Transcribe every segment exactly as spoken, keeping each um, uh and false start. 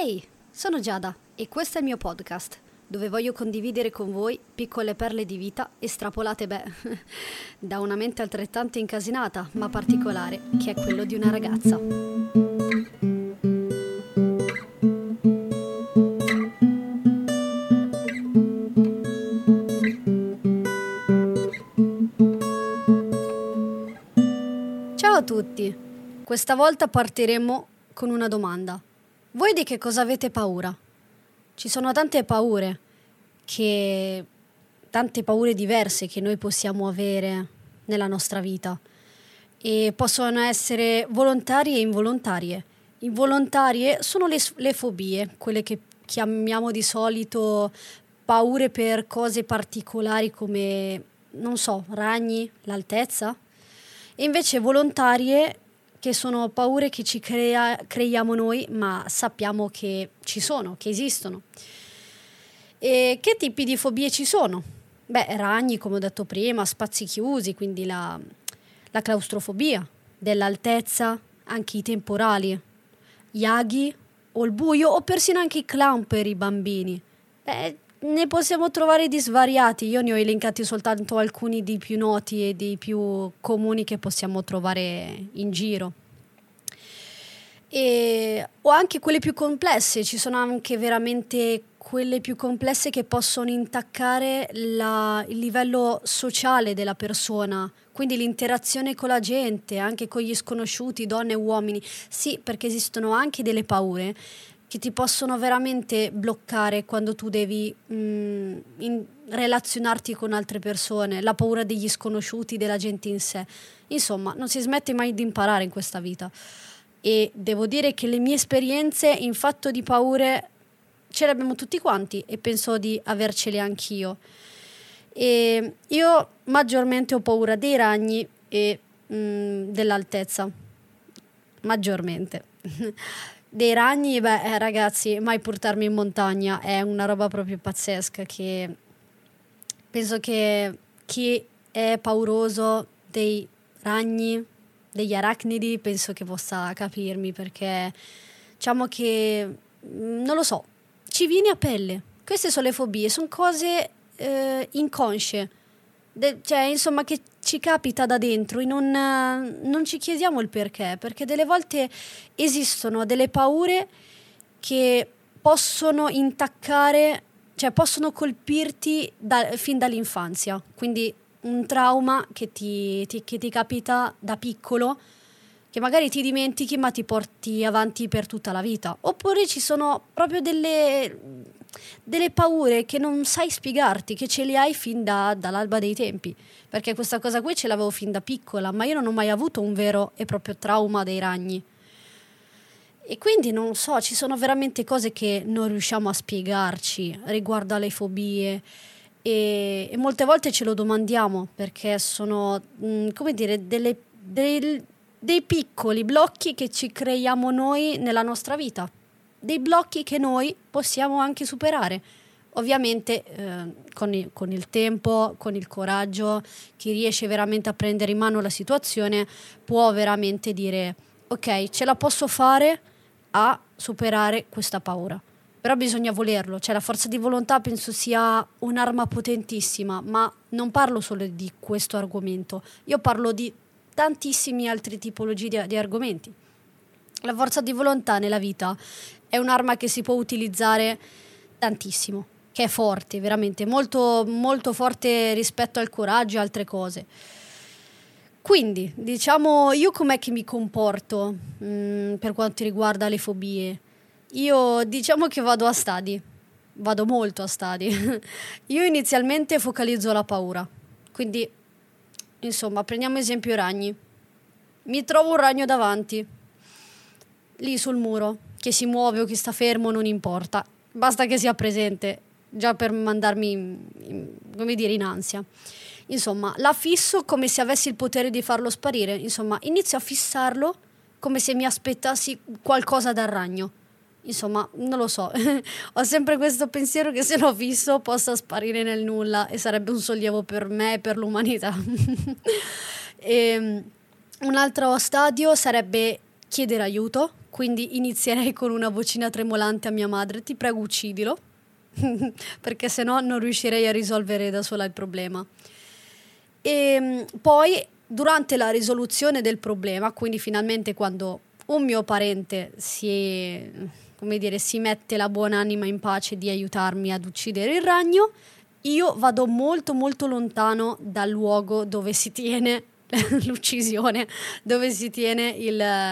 Ehi, sono Giada e questo è il mio podcast, dove voglio condividere con voi piccole perle di vita estrapolate, beh, da una mente altrettanto incasinata, ma particolare, che è quello di una ragazza. Ciao a tutti, questa volta partiremo con una domanda. Voi di che cosa avete paura? Ci sono tante paure, che, tante paure diverse che noi possiamo avere nella nostra vita e possono essere volontarie e involontarie. Involontarie sono le, le fobie, quelle che chiamiamo di solito paure per cose particolari come, non so, ragni, l'altezza. E invece volontarie che sono paure che ci crea, creiamo noi, ma sappiamo che ci sono, che esistono. E che tipi di fobie ci sono? Beh, ragni, come ho detto prima, spazi chiusi, quindi la, la claustrofobia, dell'altezza, anche i temporali, gli aghi o il buio o persino anche i clown per i bambini. Beh, ne possiamo trovare di svariati, io ne ho elencati soltanto alcuni dei più noti e dei più comuni che possiamo trovare in giro. E, o anche quelle più complesse, ci sono anche veramente quelle più complesse che possono intaccare la, il livello sociale della persona, quindi l'interazione con la gente, anche con gli sconosciuti, donne e uomini. Sì, perché esistono anche delle paure che ti possono veramente bloccare quando tu devi mh, in, relazionarti con altre persone, la paura degli sconosciuti, della gente in sé. Insomma, non si smette mai di imparare in questa vita. E devo dire che le mie esperienze in fatto di paure ce le abbiamo tutti quanti e penso di avercele anch'io. E io maggiormente ho paura dei ragni e mh, dell'altezza. Maggiormente. Dei ragni, beh ragazzi, mai portarmi in montagna è una roba proprio pazzesca, che penso che chi è pauroso dei ragni, degli arachnidi, penso che possa capirmi, perché diciamo che non lo so, ci viene a pelle. Queste sono le fobie, sono cose eh, inconsce, De- cioè insomma che ci capita da dentro e non, non ci chiediamo il perché, perché delle volte esistono delle paure che possono intaccare, cioè possono colpirti da, fin dall'infanzia, quindi un trauma che ti, ti, che ti capita da piccolo, che magari ti dimentichi ma ti porti avanti per tutta la vita. Oppure ci sono proprio delle, delle paure che non sai spiegarti, che ce le hai fin da, dall'alba dei tempi, perché questa cosa qui ce l'avevo fin da piccola, ma io non ho mai avuto un vero e proprio trauma dei ragni. E quindi non so, ci sono veramente cose che non riusciamo a spiegarci riguardo alle fobie. E, e molte volte ce lo domandiamo, perché sono, mh, come dire, delle, del, dei piccoli blocchi che ci creiamo noi nella nostra vita, dei blocchi che noi possiamo anche superare. Ovviamente eh, con, il, con il tempo, con il coraggio, chi riesce veramente a prendere in mano la situazione può veramente dire ok, ce la posso fare a superare questa paura. Però bisogna volerlo, cioè la forza di volontà penso sia un'arma potentissima, ma non parlo solo di questo argomento, io parlo di tantissimi altri tipologie di, di argomenti. La forza di volontà nella vita è un'arma che si può utilizzare tantissimo, che è forte, veramente, molto, molto forte rispetto al coraggio e altre cose. Quindi, diciamo, io com'è che mi comporto mh, per quanto riguarda le fobie? Io diciamo che vado a stadi, vado molto a stadi. Io inizialmente focalizzo la paura, quindi insomma prendiamo esempio i ragni. Mi trovo un ragno davanti, lì sul muro, che si muove o che sta fermo non importa, basta che sia presente, già per mandarmi, in, in, come dire, in ansia. Insomma, la fisso come se avessi il potere di farlo sparire, insomma inizio a fissarlo come se mi aspettassi qualcosa dal ragno. Insomma, non lo so, ho sempre questo pensiero che se lo fisso possa sparire nel nulla e sarebbe un sollievo per me e per l'umanità. E, un altro stadio sarebbe chiedere aiuto, quindi inizierei con una vocina tremolante a mia madre: ti prego uccidilo, perché sennò non riuscirei a risolvere da sola il problema. E poi durante la risoluzione del problema, quindi finalmente quando un mio parente si, come dire, si mette la buona anima in pace di aiutarmi ad uccidere il ragno, io vado molto molto lontano dal luogo dove si tiene l'uccisione, dove si tiene il,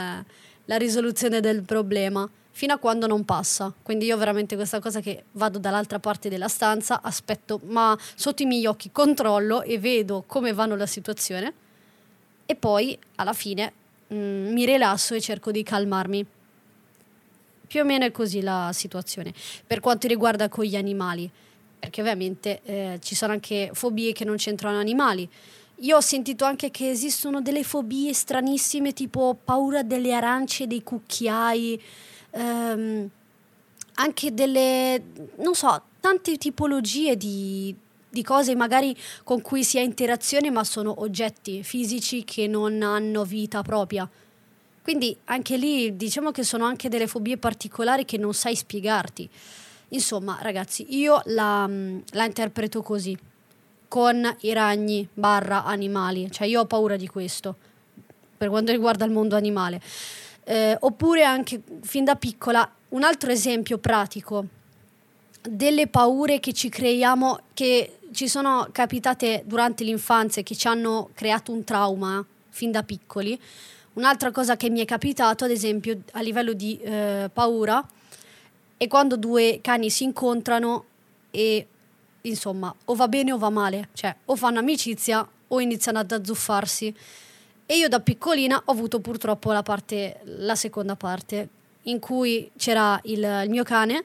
la risoluzione del problema, fino a quando non passa. Quindi io veramente questa cosa che vado dall'altra parte della stanza, aspetto, ma sotto i miei occhi controllo e vedo come vanno la situazione, e poi alla fine mh, mi rilasso e cerco di calmarmi. Più o meno è così la situazione per quanto riguarda con gli animali, perché ovviamente eh, ci sono anche fobie che non c'entrano animali. Io ho sentito anche che esistono delle fobie stranissime, tipo paura delle arance, dei cucchiai, ehm, anche delle, non so, tante tipologie di, di cose magari con cui si ha interazione, ma sono oggetti fisici che non hanno vita propria. Quindi anche lì diciamo che sono anche delle fobie particolari che non sai spiegarti. Insomma, ragazzi, io la, la interpreto così, con i ragni barra animali, cioè io ho paura di questo per quanto riguarda il mondo animale. Eh, oppure anche fin da piccola, un altro esempio pratico delle paure che ci creiamo, che ci sono capitate durante l'infanzia e che ci hanno creato un trauma fin da piccoli. Un'altra cosa che mi è capitato, ad esempio, a livello di eh, paura, è quando due cani si incontrano e insomma o va bene o va male, cioè o fanno amicizia o iniziano ad azzuffarsi. E io da piccolina ho avuto purtroppo la parte, la seconda parte, in cui c'era il, il mio cane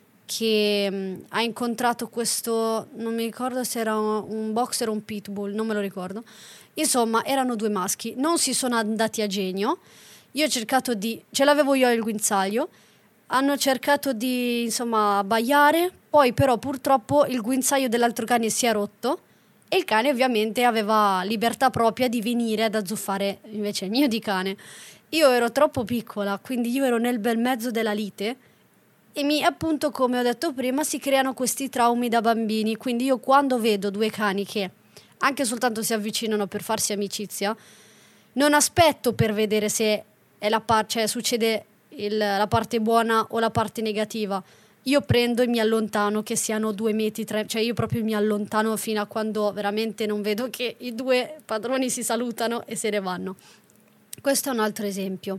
che mh, ha incontrato questo, non mi ricordo se era un, un boxer o un pitbull, non me lo ricordo. Insomma, erano due maschi, non si sono andati a genio. Io ho cercato di, ce l'avevo io il guinzaglio, hanno cercato di, insomma, abbaiare, poi però purtroppo il guinzaglio dell'altro cane si è rotto e il cane ovviamente aveva libertà propria di venire ad azzuffare invece il mio di cane. Io ero troppo piccola, quindi io ero nel bel mezzo della lite e mi, appunto, come ho detto prima, si creano questi traumi da bambini. Quindi io quando vedo due cani che anche soltanto si avvicinano per farsi amicizia, non aspetto per vedere se è la par- cioè succede il, la parte buona o la parte negativa. Io prendo e mi allontano, che siano due metri, tre, cioè io proprio mi allontano fino a quando veramente non vedo che i due padroni si salutano e se ne vanno. Questo è un altro esempio.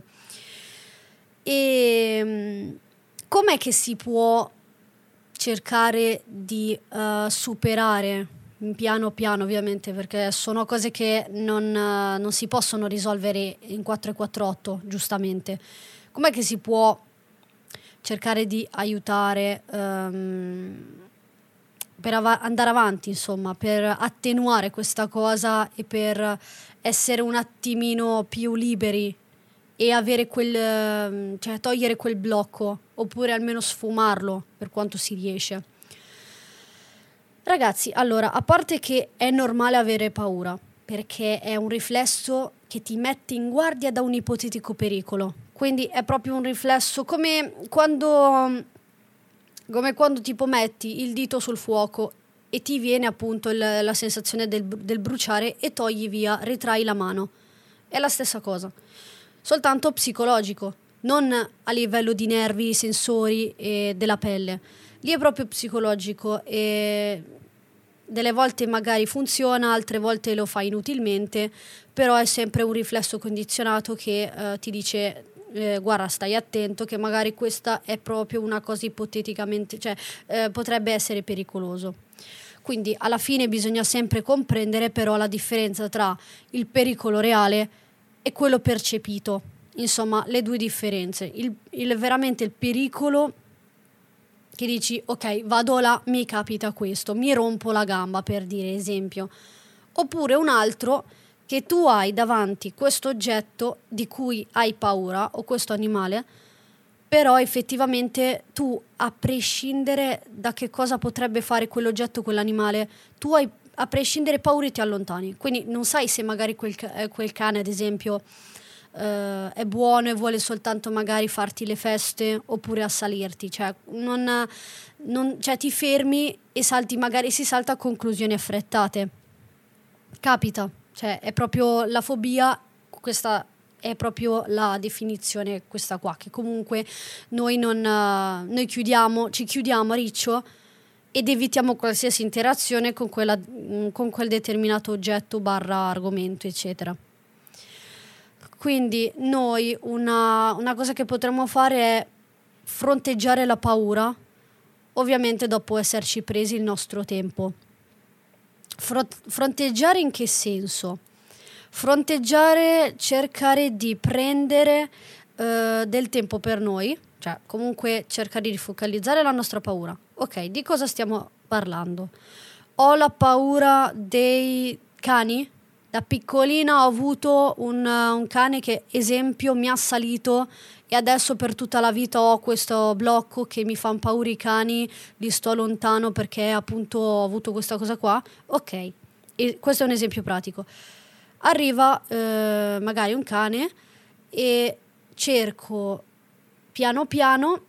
E com'è che si può cercare di uh, superare piano piano, ovviamente, perché sono cose che non, uh, non si possono risolvere in quattro e quattro otto, giustamente. Com'è che si può cercare di aiutare um, per av- andare avanti, insomma, per attenuare questa cosa e per essere un attimino più liberi e avere quel, cioè togliere quel blocco, oppure almeno sfumarlo per quanto si riesce? Ragazzi, allora, a parte che è normale avere paura, perché è un riflesso che ti mette in guardia da un ipotetico pericolo. Quindi è proprio un riflesso come quando, come quando tipo metti il dito sul fuoco e ti viene appunto il, la sensazione del, del bruciare e togli via, ritrai la mano. È la stessa cosa, soltanto psicologico, non a livello di nervi, sensori e della pelle. Lì è proprio psicologico e delle volte magari funziona, altre volte lo fa inutilmente, però è sempre un riflesso condizionato che eh, ti dice eh, guarda, stai attento che magari questa è proprio una cosa ipoteticamente, cioè eh, potrebbe essere pericoloso. Quindi alla fine bisogna sempre comprendere però la differenza tra il pericolo reale e quello percepito, insomma le due differenze. Il, il veramente il pericolo che dici ok, vado là, mi capita questo, mi rompo la gamba, per dire esempio. Oppure un altro che tu hai davanti questo oggetto di cui hai paura o questo animale, però effettivamente tu, a prescindere da che cosa potrebbe fare quell'oggetto, quell'animale, tu hai a prescindere paura e ti allontani. Quindi non sai se magari quel, quel cane ad esempio eh, è buono e vuole soltanto magari farti le feste oppure assalirti, cioè, non, non, cioè ti fermi e salti, magari si salta a conclusioni affrettate. Capita, cioè è proprio la fobia, questa è proprio la definizione, questa qua, che comunque noi non uh, noi chiudiamo, ci chiudiamo a riccio ed evitiamo qualsiasi interazione con quella con quel determinato oggetto barra argomento, eccetera. Quindi noi una, una cosa che potremmo fare è fronteggiare la paura, ovviamente dopo esserci presi il nostro tempo. Front- fronteggiare in che senso? Fronteggiare, cercare di prendere eh, del tempo per noi, cioè comunque cercare di focalizzare la nostra paura. Ok, di cosa stiamo parlando? Ho la paura dei cani? Da piccolina ho avuto un, un cane che, esempio, mi ha assalito e adesso per tutta la vita ho questo blocco che mi fanno paura i cani, li sto lontano perché appunto ho avuto questa cosa qua. Ok, e questo è un esempio pratico. Arriva eh, magari un cane e cerco piano piano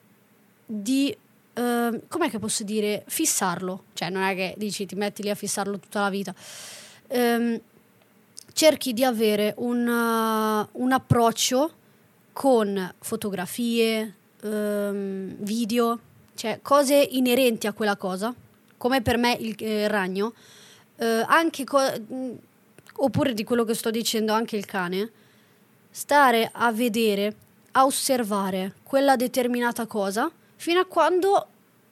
di, eh, com'è che posso dire, fissarlo. Cioè non è che dici ti metti lì a fissarlo tutta la vita. Ehm, cerchi di avere un, uh, un approccio con fotografie, ehm, video, cioè cose inerenti a quella cosa, come per me il eh, ragno, eh, anche co- mh, oppure di quello che sto dicendo anche il cane, stare a vedere, a osservare quella determinata cosa fino a quando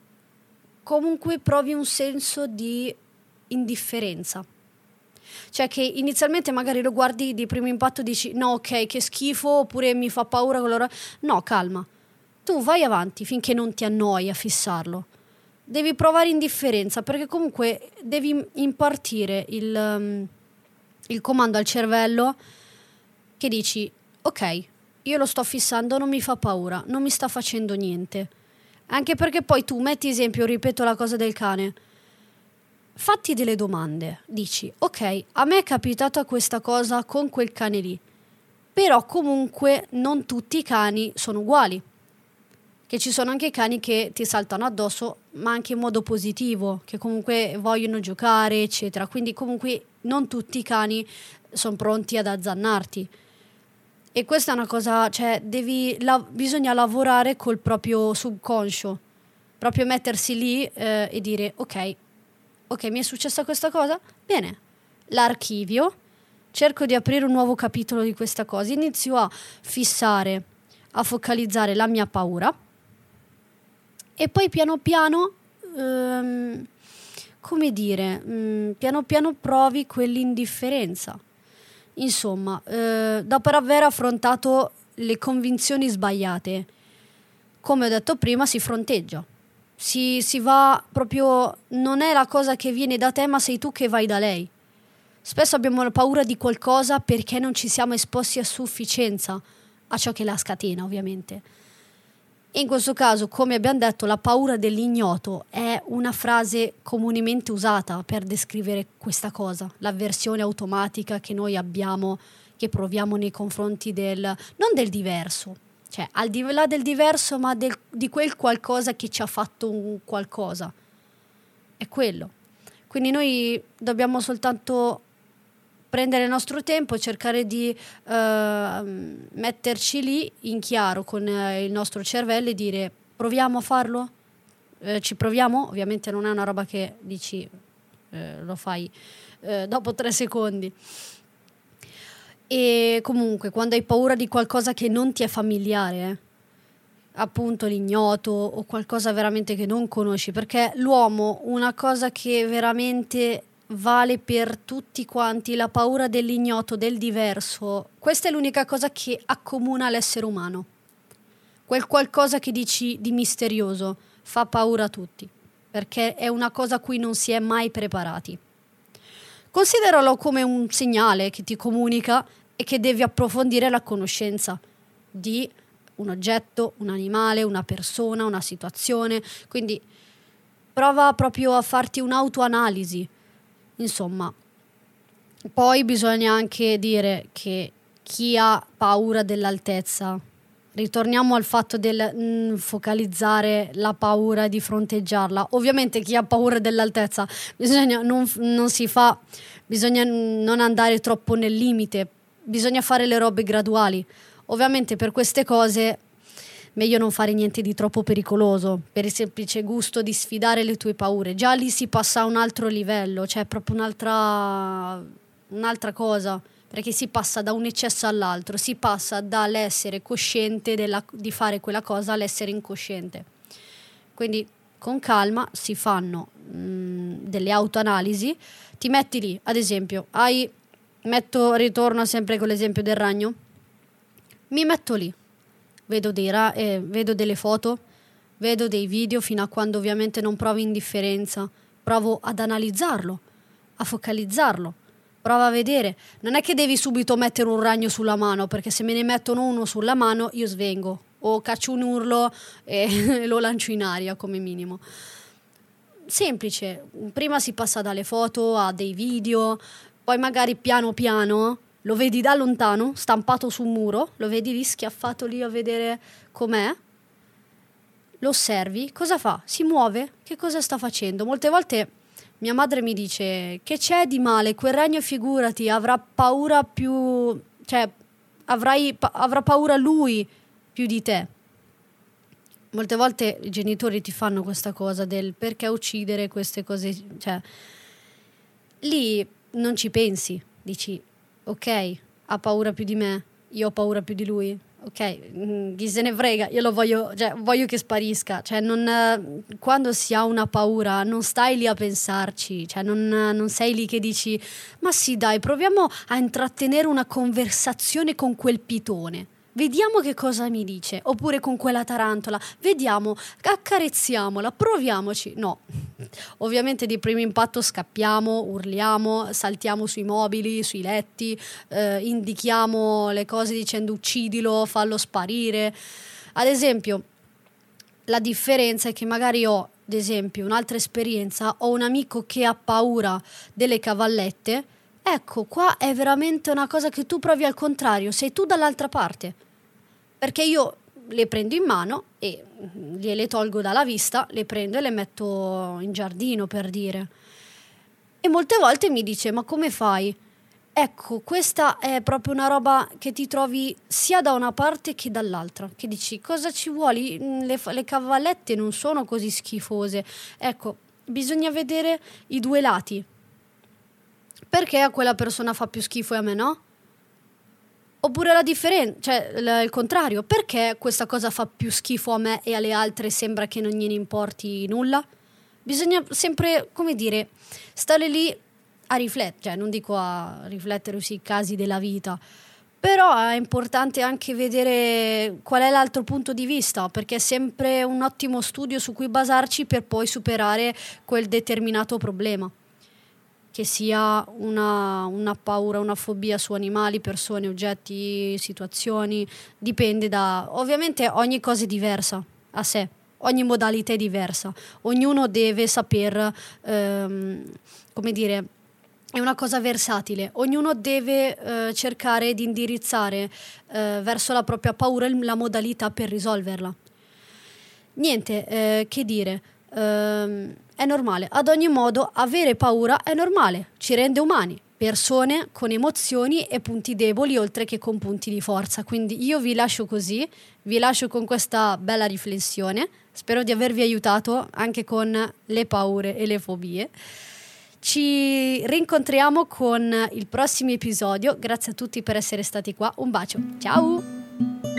comunque provi un senso di indifferenza. Cioè che inizialmente magari lo guardi di primo impatto e dici no, ok, che schifo, oppure mi fa paura quell'ora. No, calma, tu vai avanti finché non ti annoi a fissarlo. Devi provare indifferenza, perché comunque devi impartire il, um, il comando al cervello che dici ok, io lo sto fissando, non mi fa paura, non mi sta facendo niente. Anche perché poi tu, metti esempio, ripeto la cosa del cane, fatti delle domande, dici ok, a me è capitata questa cosa con quel cane lì, però comunque non tutti i cani sono uguali, che ci sono anche cani che ti saltano addosso ma anche in modo positivo, che comunque vogliono giocare eccetera, quindi comunque non tutti i cani sono pronti ad azzannarti. E questa è una cosa, cioè devi la, bisogna lavorare col proprio subconscio, proprio mettersi lì eh, e dire ok, ok, mi è successa questa cosa? Bene, l'archivio, cerco di aprire un nuovo capitolo di questa cosa, inizio a fissare, a focalizzare la mia paura e poi piano piano, ehm, come dire, mh, piano piano provi quell'indifferenza. Insomma, eh, dopo aver affrontato le convinzioni sbagliate, come ho detto prima, si fronteggia. Si, si va proprio, non è la cosa che viene da te, ma sei tu che vai da lei. Spesso abbiamo la paura di qualcosa perché non ci siamo esposti a sufficienza a ciò che la scatena, ovviamente. E in questo caso, come abbiamo detto, la paura dell'ignoto è una frase comunemente usata per descrivere questa cosa, l'avversione automatica che noi abbiamo, che proviamo nei confronti del, non del diverso, cioè al di là del diverso, ma del, di quel qualcosa che ci ha fatto un qualcosa. È quello. Quindi noi dobbiamo soltanto prendere il nostro tempo, cercare di uh, metterci lì in chiaro con uh, il nostro cervello e dire proviamo a farlo? Eh, ci proviamo? Ovviamente non è una roba che dici eh, lo fai eh, dopo tre secondi. E comunque quando hai paura di qualcosa che non ti è familiare, eh, appunto l'ignoto o qualcosa veramente che non conosci, perché l'uomo, una cosa che veramente vale per tutti quanti, la paura dell'ignoto, del diverso, questa è l'unica cosa che accomuna l'essere umano. Quel qualcosa che dici di misterioso fa paura a tutti, perché è una cosa a cui non si è mai preparati. Consideralo come un segnale che ti comunica e che devi approfondire la conoscenza di un oggetto, un animale, una persona, una situazione. Quindi prova proprio a farti un'autoanalisi. Insomma, poi bisogna anche dire che chi ha paura dell'altezza. Ritorniamo al fatto del mm, focalizzare la paura, di fronteggiarla. Ovviamente chi ha paura dell'altezza bisogna non, non si fa, bisogna non andare troppo nel limite, bisogna fare le robe graduali. Ovviamente per queste cose meglio non fare niente di troppo pericoloso, per il semplice gusto di sfidare le tue paure. Già lì si passa a un altro livello, cioè proprio un'altra, un'altra cosa, perché si passa da un eccesso all'altro, si passa dall'essere cosciente della, di fare quella cosa all'essere incosciente. Quindi con calma si fanno mh, delle autoanalisi, ti metti lì, ad esempio, hai, metto, ritorno sempre con l'esempio del ragno, mi metto lì, vedo, dei ra- eh, vedo delle foto, vedo dei video, fino a quando ovviamente non provo indifferenza, provo ad analizzarlo, a focalizzarlo, provo a vedere. Non è che devi subito mettere un ragno sulla mano, perché se me ne mettono uno sulla mano io svengo o caccio un urlo e lo lancio in aria come minimo. Semplice, prima si passa dalle foto a dei video, poi magari piano piano lo vedi da lontano, stampato su un muro, lo vedi lì schiaffato lì a vedere com'è, lo osservi, cosa fa? Si muove? Che cosa sta facendo? Molte volte mia madre mi dice: che c'è di male? Quel ragno, figurati, avrà paura più, cioè avrai, pa- avrà paura lui più di te. Molte volte i genitori ti fanno questa cosa del perché uccidere, queste cose, cioè lì non ci pensi, dici ok, ha paura più di me, io ho paura più di lui, ok, chi se ne frega, io lo voglio, cioè voglio che sparisca, cioè non, quando si ha una paura non stai lì a pensarci, cioè non, non sei lì che dici ma sì dai, proviamo a intrattenere una conversazione con quel pitone, vediamo che cosa mi dice, oppure con quella tarantola, vediamo, accarezziamola, proviamoci. No, ovviamente di primo impatto scappiamo, urliamo, saltiamo sui mobili, sui letti, eh, indichiamo le cose dicendo uccidilo, fallo sparire. Ad esempio, la differenza è che magari ho, ad esempio, un'altra esperienza, ho un amico che ha paura delle cavallette. Ecco, qua è veramente una cosa che tu provi al contrario, sei tu dall'altra parte, perché io le prendo in mano e gliele tolgo dalla vista, le prendo e le metto in giardino, per dire. E molte volte mi dice: ma come fai? Ecco, questa è proprio una roba che ti trovi sia da una parte che dall'altra, che dici cosa ci vuoli? Le, le cavallette non sono così schifose. Ecco, bisogna vedere i due lati. Perché a quella persona fa più schifo e a me no? Oppure la differenza, cioè l- il contrario, perché questa cosa fa più schifo a me e alle altre sembra che non gliene importi nulla? Bisogna sempre, come dire, stare lì a riflettere, cioè non dico a riflettere sui casi della vita, però è importante anche vedere qual è l'altro punto di vista, perché è sempre un ottimo studio su cui basarci per poi superare quel determinato problema. Che sia una, una paura, una fobia su animali, persone, oggetti, situazioni, dipende da... Ovviamente ogni cosa è diversa a sé, ogni modalità è diversa, ognuno deve saper, ehm, come dire, è una cosa versatile, ognuno deve eh, cercare di indirizzare eh, verso la propria paura la modalità per risolverla. Niente, eh, che dire... Um, è normale, ad ogni modo avere paura è normale, ci rende umani, persone con emozioni e punti deboli oltre che con punti di forza. Quindi io vi lascio così, vi lascio con questa bella riflessione, spero di avervi aiutato anche con le paure e le fobie. Ci rincontriamo con il prossimo episodio, grazie a tutti per essere stati qua, un bacio, ciao!